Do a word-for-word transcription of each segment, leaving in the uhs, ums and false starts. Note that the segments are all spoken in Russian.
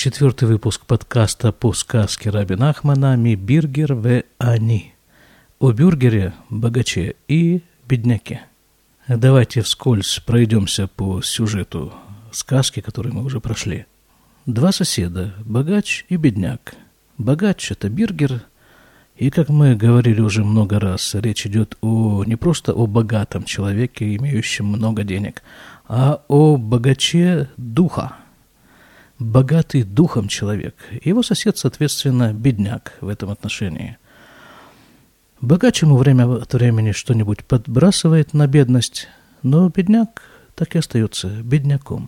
Четвертый выпуск подкаста по сказке Раби Нахмана «Ми биргер ве ани» о бюргере, богаче и бедняке. Давайте вскользь пройдемся по сюжету сказки, которую мы уже прошли. Два соседа, богач и бедняк. Богач – это биргер, и, как мы говорили уже много раз, речь идет о, не просто о богатом человеке, имеющем много денег, а о богаче духа. Богатый духом человек. Его сосед, соответственно, бедняк в этом отношении. Богач ему время от времени что-нибудь подбрасывает на бедность, но бедняк так и остается бедняком.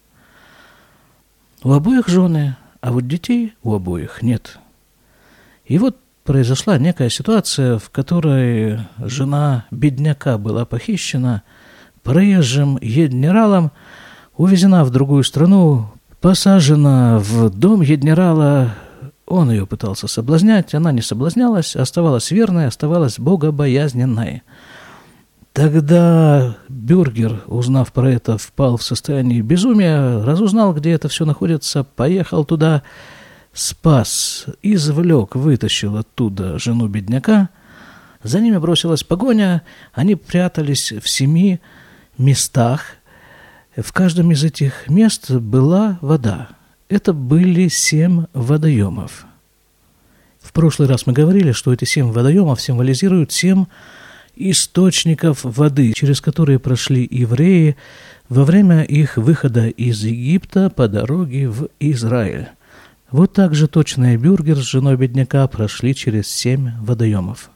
У обоих жены, а вот детей у обоих нет. И вот произошла некая ситуация, в которой жена бедняка была похищена проезжим генералом, увезена в другую страну, посажена в дом генерала. Он ее пытался соблазнять, она не соблазнялась, оставалась верной, оставалась богобоязненной. Тогда бюргер, узнав про это, впал в состояние безумия, разузнал, где это все находится, поехал туда, спас, извлек, вытащил оттуда жену бедняка. За ними бросилась погоня, они прятались в семи местах. В каждом из этих мест была вода. Это были семь водоемов. В прошлый раз мы говорили, что эти семь водоемов символизируют семь источников воды, через которые прошли евреи во время их выхода из Египта по дороге в Израиль. Вот так же точно и бюргер с женой бедняка прошли через семь водоемов.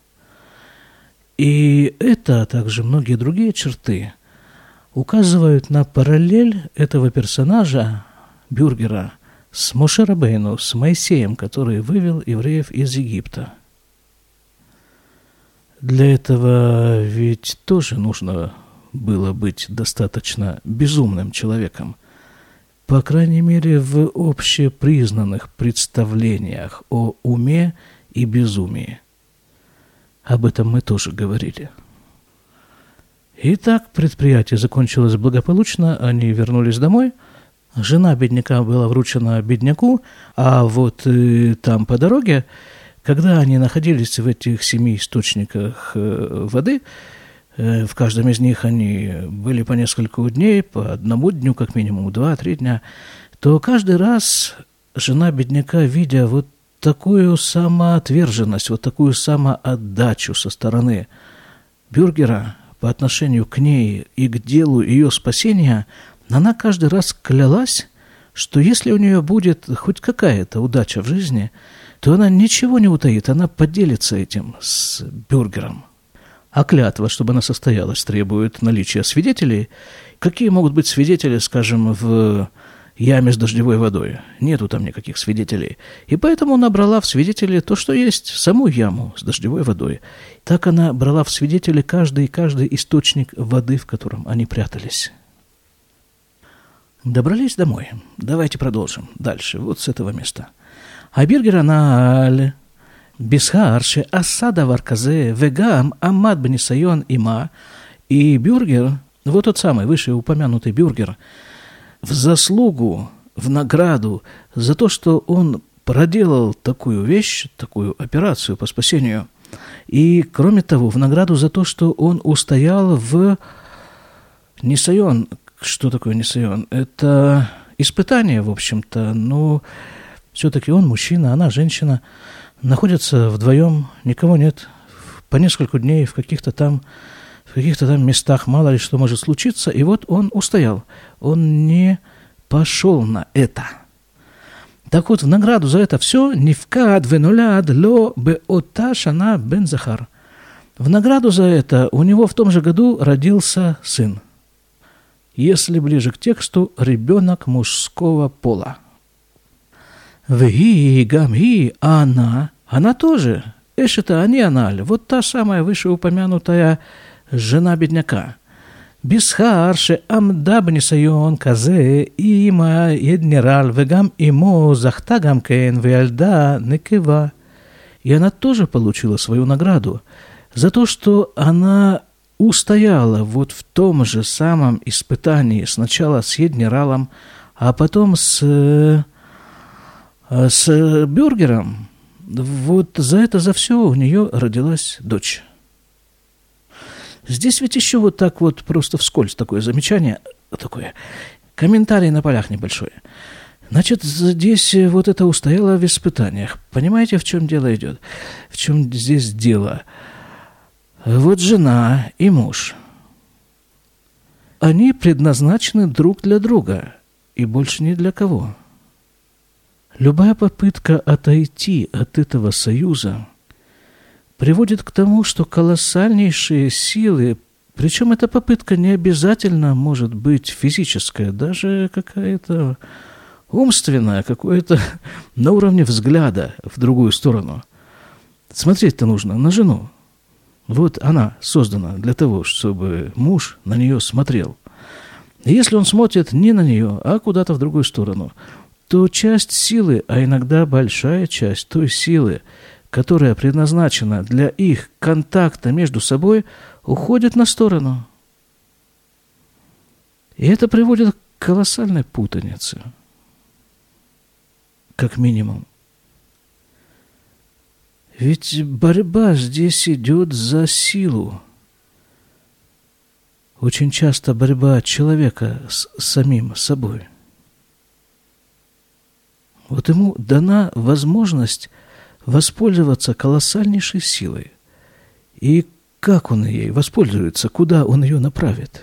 И это, а также многие другие черты указывают на параллель этого персонажа, бюргера, с Моше Рабейну, с Моисеем, который вывел евреев из Египта. Для этого ведь тоже нужно было быть достаточно безумным человеком, по крайней мере, в общепризнанных представлениях о уме и безумии. Об этом мы тоже говорили. Итак, предприятие закончилось благополучно, они вернулись домой. Жена бедняка была вручена бедняку, а вот э, там по дороге, когда они находились в этих семи источниках э, воды, э, в каждом из них они были по несколько дней, по одному дню, как минимум, два-три дня, то каждый раз жена бедняка, видя вот такую самоотверженность, вот такую самоотдачу со стороны бюргера по отношению к ней и к делу ее спасения, она каждый раз клялась, что если у нее будет хоть какая-то удача в жизни, то она ничего не утаит, она поделится этим с бюргером. А клятва, чтобы она состоялась, требует наличия свидетелей. Какие могут быть свидетели, скажем, в яме с дождевой водой? Нету там никаких свидетелей. И поэтому она брала в свидетели то, что есть, саму яму с дождевой водой. Так она брала в свидетели каждый каждый источник воды, в котором они прятались. Добрались домой. Давайте продолжим дальше, вот с этого места. А биргер аналь бисхар ше асада варказе вегам амад бенисайон има. И бюргер, вот тот самый вышеупомянутый бюргер, в заслугу, в награду за то, что он проделал такую вещь, такую операцию по спасению, и, кроме того, в награду за то, что он устоял в нисайон. Что такое нисайон? Это испытание, в общем-то, но все-таки он мужчина, она женщина, находятся вдвоем, никого нет, по несколько дней в каких-то там в каких-то там местах, мало ли что может случиться, и вот он устоял, он не пошел на это. Так вот, в награду за это все «Нифкад венуляд ло беота шана бен захар». В награду за это у него в том же году родился сын. Если ближе к тексту, ребенок мужского пола. «Вги гамги», а она, она тоже, эшета ани аналь, вот та самая вышеупомянутая жена бедняка. Бисхарше амда бнисайон казе има еднерал вегам имо захта гамкен веальда некева. И она тоже получила свою награду за то, что она устояла вот в том же самом испытании, сначала с еднералом, а потом с А с Бюргером вот за это, за все у нее родилась дочь. Здесь ведь еще вот так вот просто вскользь такое замечание, такое, комментарий на полях небольшой. Значит, здесь вот это устояло в испытаниях. Понимаете, в чем дело идет? В чем здесь дело? Вот жена и муж. Они предназначены друг для друга и больше ни для кого. Любая попытка отойти от этого союза приводит к тому, что колоссальнейшие силы, причем эта попытка не обязательно может быть физическая, даже какая-то умственная, какое-то на уровне взгляда в другую сторону. Смотреть-то нужно на жену. Вот она создана для того, чтобы муж на нее смотрел. И если он смотрит не на нее, а куда-то в другую сторону, то часть силы, а иногда большая часть той силы, которая предназначена для их контакта между собой, уходит на сторону. И это приводит к колоссальной путанице. Как минимум. Ведь борьба здесь идет за силу. Очень часто борьба человека с самим собой. Вот ему дана возможность воспользоваться колоссальнейшей силой. И как он ей воспользуется, куда он ее направит?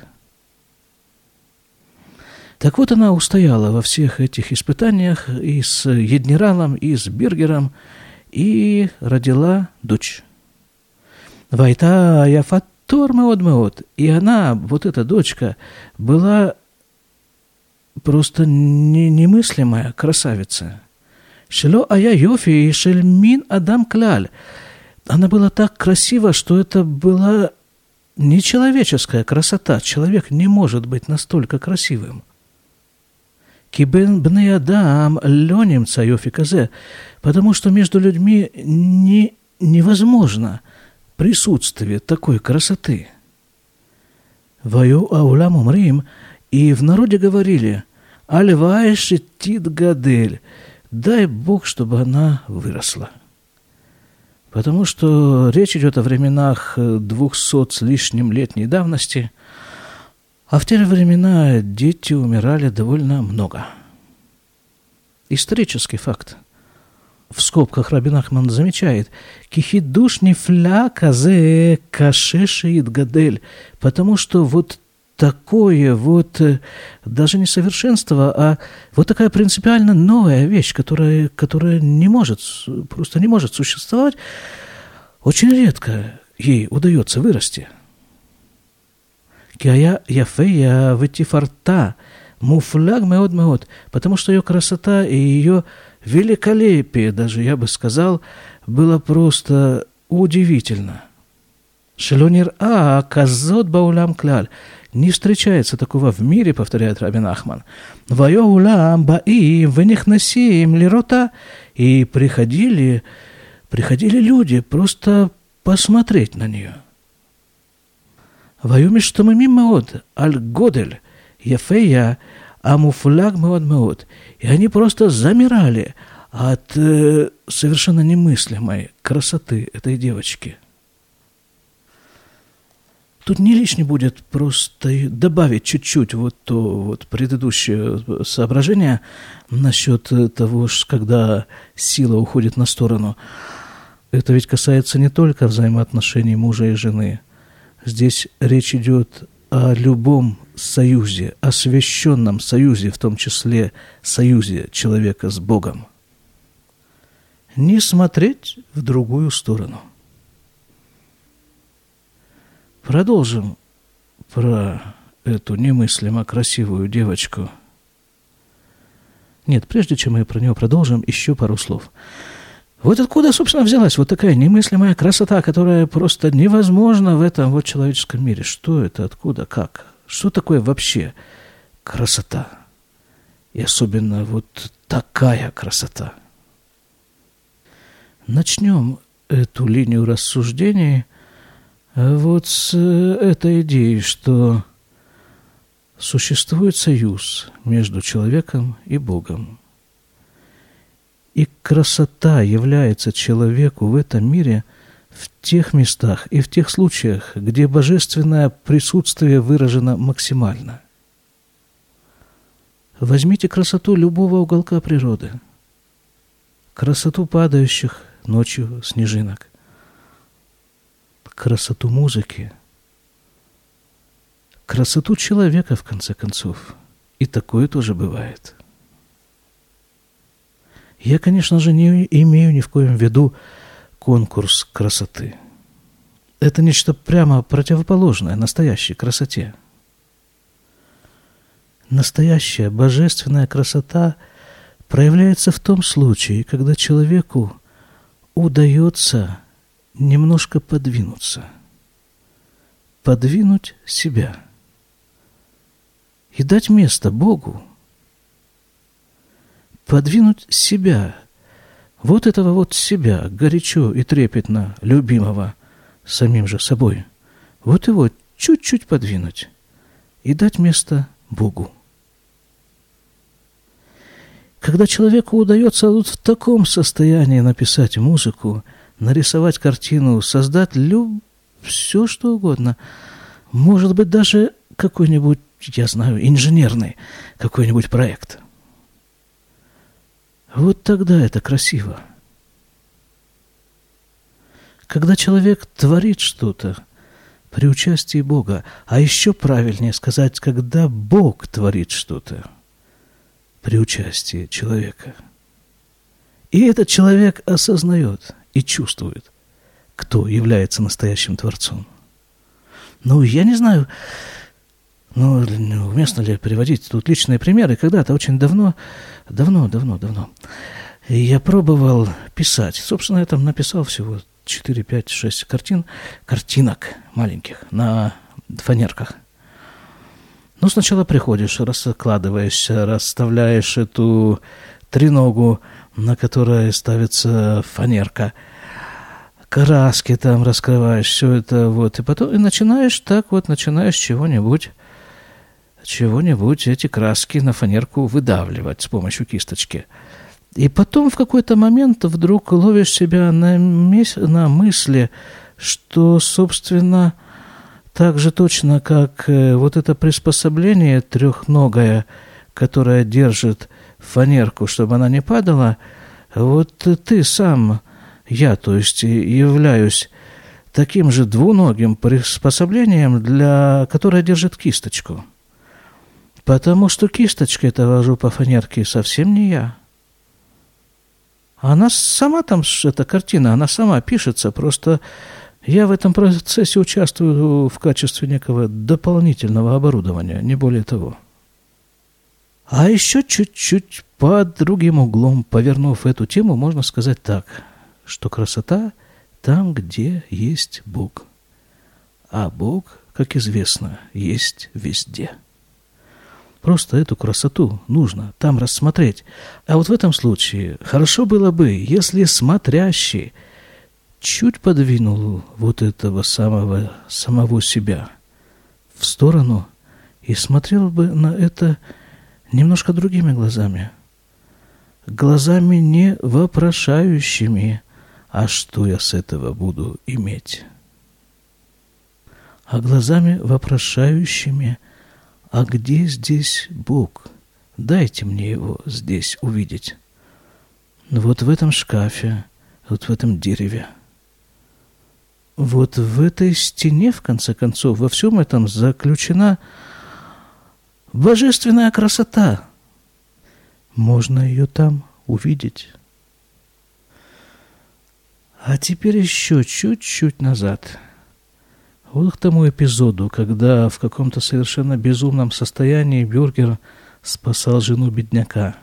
Так вот, она устояла во всех этих испытаниях и с Едниралом, и с Бюргером, и родила дочь. Вайта яфатор меод меод. И она, вот эта дочка, была просто не, немыслимая красавица. Шело ая йофи шель мин адам клаль. Она была так красива, что это была нечеловеческая красота. Человек не может быть настолько красивым. Кибен бней адам лёним цайофи казе. Потому что между людьми не, невозможно присутствие такой красоты. Ваю аулам умрим. И в народе говорили: «Альвай шетит гадель». Дай Бог, чтобы она выросла. Потому что речь идет о временах двухсот с лишним летней давности, а в те времена дети умирали довольно много. Исторический факт. В скобках Раби Нахман замечает: «Кихидуш нифля казе кашешеит гадель», потому что вот такое вот, даже не совершенство, а вот такая принципиально новая вещь, которая, которая не может, просто не может существовать, очень редко ей удается вырасти. Кия яфея ветифарта муфляг меод меод, потому что ее красота и ее великолепие, даже я бы сказал, было просто удивительно. Шелонир а казот баулам кляль. Не встречается такого в мире, повторяет Раби Нахман. Вайо улам баим венихнасим лирота. И приходили, приходили люди просто посмотреть на нее. Вайо миштамимим меод аль годель яфея амуфляг меод меод. И они просто замирали от э, совершенно немыслимой красоты этой девочки. Тут не лишне будет просто добавить чуть-чуть вот то вот предыдущее соображение насчет того, когда сила уходит на сторону. Это ведь касается не только взаимоотношений мужа и жены. Здесь речь идет о любом союзе, о священном союзе, в том числе союзе человека с Богом. Не смотреть в другую сторону. Продолжим про эту немыслимо красивую девочку. Нет, прежде чем мы про нее продолжим, еще пару слов. Вот откуда, собственно, взялась вот такая немыслимая красота, которая просто невозможна в этом вот человеческом мире? Что это, откуда, как? Что такое вообще красота? И особенно вот такая красота. Начнем эту линию рассуждений вот с этой идеей, что существует союз между человеком и Богом. И красота является человеку в этом мире в тех местах и в тех случаях, где божественное присутствие выражено максимально. Возьмите красоту любого уголка природы, красоту падающих ночью снежинок, красоту музыки, красоту человека, в конце концов. И такое тоже бывает. Я, конечно же, не имею ни в коем виду конкурс красоты. Это нечто прямо противоположное настоящей красоте. Настоящая божественная красота проявляется в том случае, когда человеку удается немножко подвинуться, подвинуть себя и дать место Богу, подвинуть себя, вот этого вот себя, горячо и трепетно любимого самим же собой, вот его чуть-чуть подвинуть и дать место Богу. Когда человеку удается вот в таком состоянии написать музыку, нарисовать картину, создать люб... все что угодно, может быть, даже какой-нибудь, я знаю, инженерный какой-нибудь проект. Вот тогда это красиво. Когда человек творит что-то при участии Бога, а еще правильнее сказать, когда Бог творит что-то при участии человека. И этот человек осознает и чувствует, кто является настоящим Творцом. Ну, я не знаю, ну, уместно ли приводить тут личные примеры. Когда-то очень давно, давно, давно, давно я пробовал писать. Собственно, я там написал всего четыре, пять, шесть картин, картинок маленьких на фанерках. Ну, сначала приходишь, раскладываешься, расставляешь эту треногу, на которой ставится фанерка, краски там раскрываешь, все это вот, и потом и начинаешь так вот, начинаешь чего-нибудь, чего-нибудь эти краски на фанерку выдавливать с помощью кисточки. И потом в какой-то момент вдруг ловишь себя на, мес... на мысли, что, собственно, так же точно, как вот это приспособление трехногое, которое держит фанерку, чтобы она не падала, вот ты сам, я, то есть, являюсь таким же двуногим приспособлением, для... которое держит кисточку. Потому что кисточкой-то вожу по фанерке совсем не я. Она сама там, эта картина, она сама пишется, просто я в этом процессе участвую в качестве некого дополнительного оборудования, не более того. А еще чуть-чуть под другим углом, повернув эту тему, можно сказать так, что красота там, где есть Бог. А Бог, как известно, есть везде. Просто эту красоту нужно там рассмотреть. А вот в этом случае хорошо было бы, если смотрящий чуть подвинул вот этого самого, самого себя в сторону и смотрел бы на это немножко другими глазами. Глазами не вопрошающими, а что я с этого буду иметь? А глазами вопрошающими, а где здесь Бог? Дайте мне его здесь увидеть. Вот в этом шкафе, вот в этом дереве. Вот в этой стене, в конце концов, во всем этом заключена божественная красота. Можно ее там увидеть. А теперь еще чуть-чуть назад. Вот к тому эпизоду, когда в каком-то совершенно безумном состоянии Бюргер спасал жену бедняка.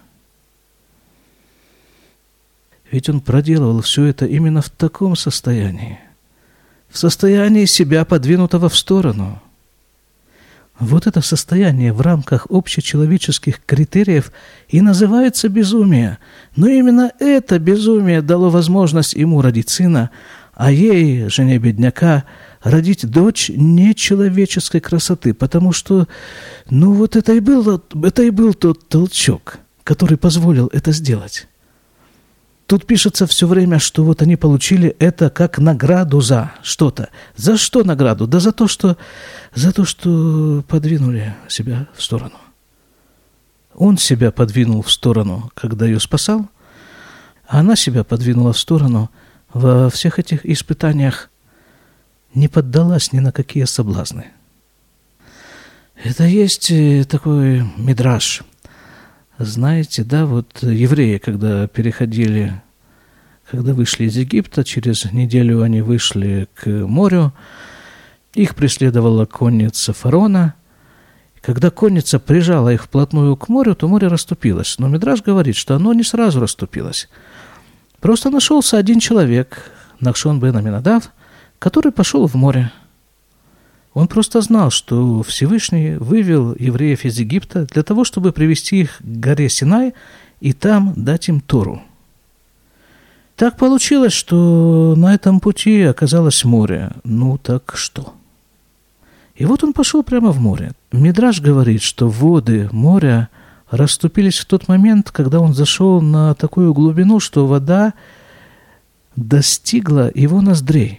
Ведь он проделывал все это именно в таком состоянии. В состоянии себя, подвинутого в сторону. Вот это состояние в рамках общечеловеческих критериев и называется безумие. Но именно это безумие дало возможность ему родить сына, а ей, жене бедняка, родить дочь нечеловеческой красоты, потому что, ну вот это и был, это и был тот толчок, который позволил это сделать. Тут пишется все время, что вот они получили это как награду за что-то. За что награду? Да за то, что, за то, что подвинули себя в сторону. Он себя подвинул в сторону, когда ее спасал, а она себя подвинула в сторону во всех этих испытаниях, не поддалась ни на какие соблазны. Это есть такой мидраш. Знаете, да, вот евреи, когда переходили, когда вышли из Египта, через неделю они вышли к морю, их преследовала конница фараона. Когда конница прижала их вплотную к морю, то море расступилось. Но мидраш говорит, что оно не сразу расступилось. Просто нашелся один человек, Нахшон бен Аминадав, который пошел в море. Он просто знал, что Всевышний вывел евреев из Египта для того, чтобы привести их к горе Синай и там дать им Тору. Так получилось, что на этом пути оказалось море. Ну так что? И вот он пошел прямо в море. Мидраш говорит, что воды моря расступились в тот момент, когда он зашел на такую глубину, что вода достигла его ноздрей.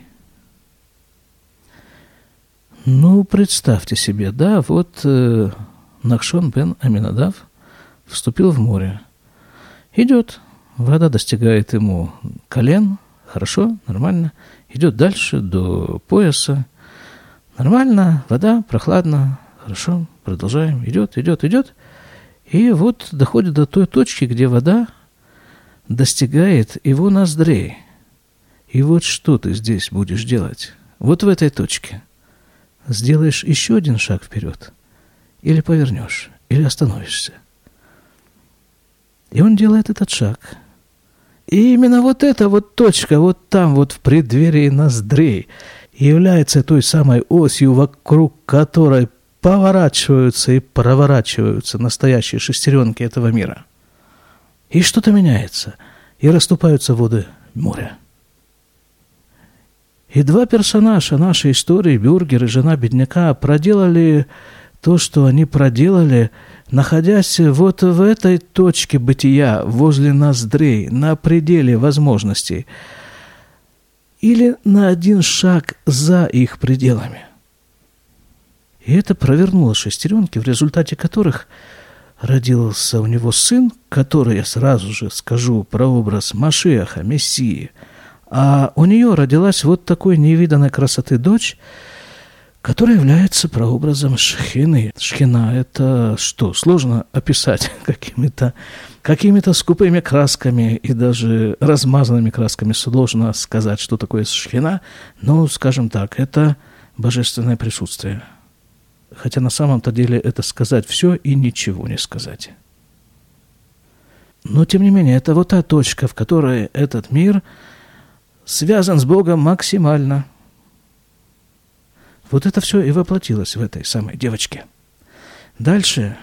Ну, представьте себе, да, вот э, Нахшон бен Аминадав вступил в море. Идет, вода достигает ему колен, хорошо, нормально. Идет дальше до пояса. Нормально, вода, прохладно, хорошо, продолжаем. Идет, идет, идет. И вот доходит до той точки, где вода достигает его ноздрей. И вот что ты здесь будешь делать? Вот в этой точке. Сделаешь еще один шаг вперед, или повернешь, или остановишься. И он делает этот шаг. И именно вот эта вот точка, вот там, вот в преддверии ноздрей, является той самой осью, вокруг которой поворачиваются и проворачиваются настоящие шестеренки этого мира. И что-то меняется, и расступаются воды моря. И два персонажа нашей истории, Бюргер и жена бедняка, проделали то, что они проделали, находясь вот в этой точке бытия, возле ноздрей, на пределе возможностей, или на один шаг за их пределами. И это провернуло шестеренки, в результате которых родился у него сын, который, я сразу же скажу, прообраз Машиаха, Мессии. А у нее родилась вот такой невиданной красоты дочь, которая является прообразом Шхины. Шхина – это что? Сложно описать какими-то, какими-то скупыми красками и даже размазанными красками. Сложно сказать, что такое Шхина, но, скажем так, это божественное присутствие. Хотя на самом-то деле это сказать все и ничего не сказать. Но, тем не менее, это вот та точка, в которой этот мир связан с Богом максимально. Вот это все и воплотилось в этой самой девочке. Дальше.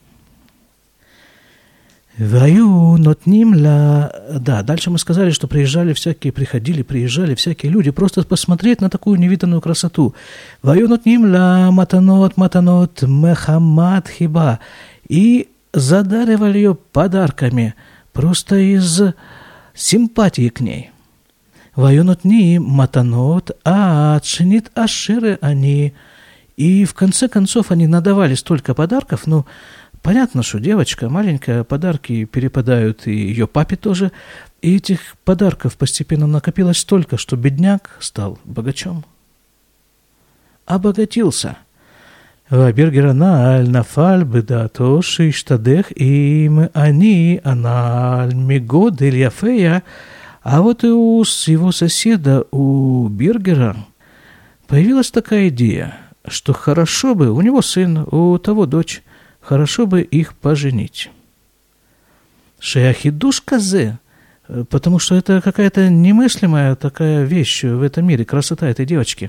Ваю нотним ла... Да, дальше мы сказали, что приезжали всякие, приходили, приезжали всякие люди просто посмотреть на такую невиданную красоту. Ваю нотним ла матанот, матанот, мехамад хиба. И задаривали ее подарками просто из симпатии к ней. Ваюнотни матанот, а чинит аширы они. И в конце концов они надавали столько подарков, ну, понятно, что девочка маленькая, подарки перепадают и ее папе тоже. И этих подарков постепенно накопилось столько, что бедняк стал богачом. Обогатился. Вабергераналь нафаль бедато шиштадех им они аналь мигодель яфея. А вот и у его соседа, у Бергера, появилась такая идея, что хорошо бы, у него сын, у того дочь, хорошо бы их поженить. Шеяхидуш казе, потому что это какая-то немыслимая такая вещь в этом мире, красота этой девочки.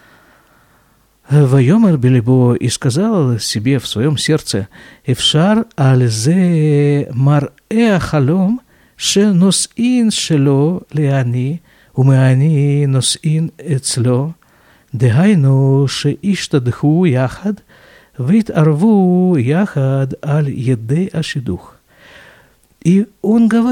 Вайомар Белебо и сказал себе в своем сердце, «Эфшар альзе мар-э халом, שנושאין שלו לעני, ומעני נושאין אצלו, דהיינו שישתדכו יחד, והתערבו יחד על ידי השידוך». И он говорит,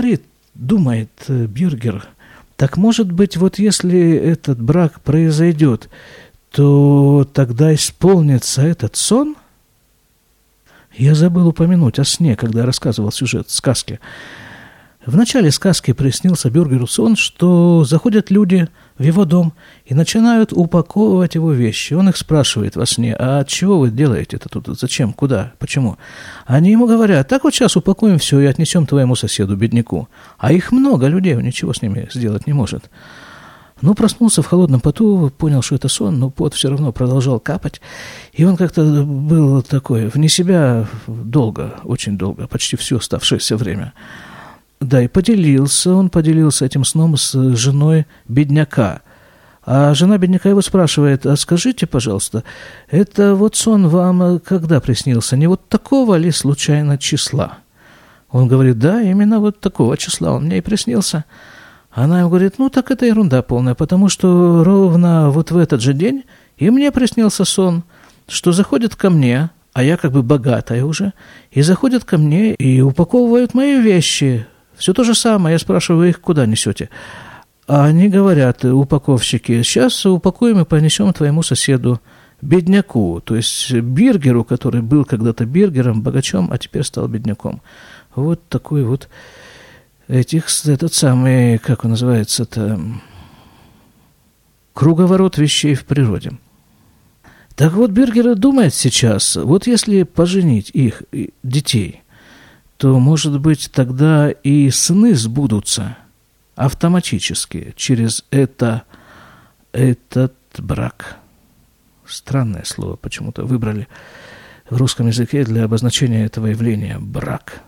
думает Бюргер, так может быть, вот если этот брак произойдет, то тогда исполнится этот сон? Я забыл упомянуть о сне, когда рассказывал сюжет сказки. В начале сказки приснился Бюргеру сон, что заходят люди в его дом и начинают упаковывать его вещи. Он их спрашивает во сне: а чего вы делаете это тут? Зачем? Куда? Почему? Они ему говорят: так вот сейчас упакуем все и отнесем твоему соседу, бедняку. А их много людей, он ничего с ними сделать не может. Ну, проснулся в холодном поту, понял, что это сон, но пот все равно продолжал капать. И он как-то был такой, вне себя долго, очень долго, почти все оставшееся время. Да, и поделился, он поделился этим сном с женой бедняка. А жена бедняка его спрашивает: а скажите, пожалуйста, это вот сон вам когда приснился? Не вот такого ли случайно числа? Он говорит: да, именно вот такого числа он мне и приснился. Она ему говорит: ну так это ерунда полная, потому что ровно вот в этот же день и мне приснился сон, что заходят ко мне, а я как бы богатая уже, и заходят ко мне и упаковывают мои вещи. Все то же самое. Я спрашиваю: вы их куда несете? А они говорят, упаковщики: сейчас упакуем и понесем твоему соседу, бедняку, то есть Бюргеру, который был когда-то Бюргером, богачом, а теперь стал бедняком. Вот такой вот этих, этот самый, как он называется-то, круговорот вещей в природе. Так вот, Бюргер думает сейчас, вот если поженить их, детей, то, может быть, тогда и сны сбудутся автоматически через это, этот брак. Странное слово почему-то выбрали в русском языке для обозначения этого явления – брак.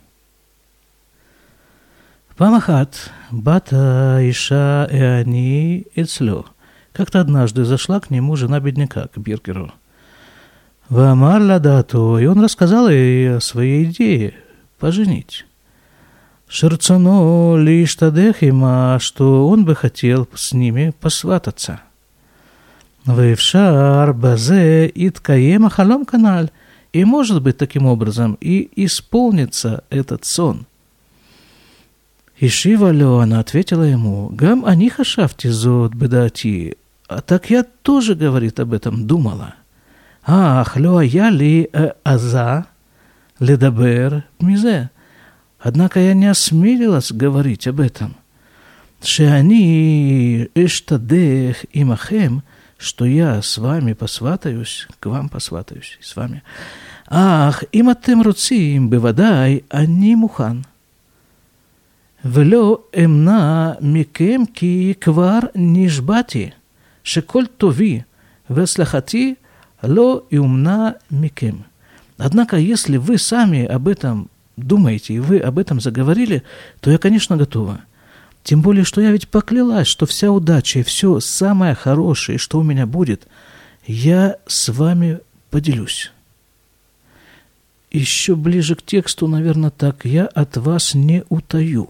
Памахат бата иша эани эцлё. Как-то однажды зашла к нему жена бедняка, к Бюргеру. Ваамар ладату, и он рассказал ей о своей идее – поженить. Шерцано лишь тадехима, что он бы хотел с ними посвататься. Вэвшар базе иткаема халом каналь, и может быть таким образом и исполнится этот сон. Ишива лё, она ответила ему: гам аниха шафти зод бедати, а так я тоже, говорит, об этом думала. Ах, лё я ли аза ледабер мизе. Однако я не осмелилась говорить об этом. Шеани эштадех имахем, что я с вами посватаюсь, к вам посватаюсь, с вами. Ах, иматем руцим бевадай ани мухан. Вело эмна микем ки квар нишбати, шеколь тови веслахати ло иумна микем. Однако, если вы сами об этом думаете, и вы об этом заговорили, то я, конечно, готова. Тем более, что я ведь поклялась, что вся удача и все самое хорошее, что у меня будет, я с вами поделюсь. Еще ближе к тексту, наверное, так: я от вас не утаю.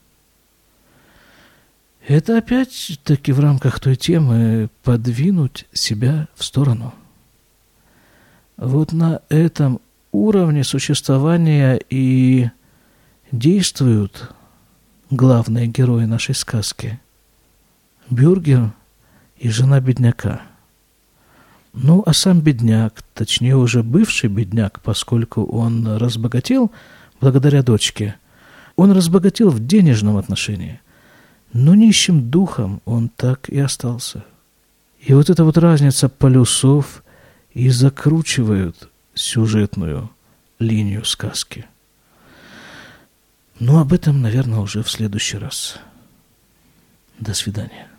Это опять-таки в рамках той темы подвинуть себя в сторону. Вот на этом уровне существования и действуют главные герои нашей сказки. Бюргер и жена бедняка. Ну, а сам бедняк, точнее уже бывший бедняк, поскольку он разбогател благодаря дочке, он разбогател в денежном отношении, но нищим духом он так и остался. И вот эта вот разница полюсов и закручивают сюжетную линию сказки. Но об этом, наверное, уже в следующий раз. До свидания.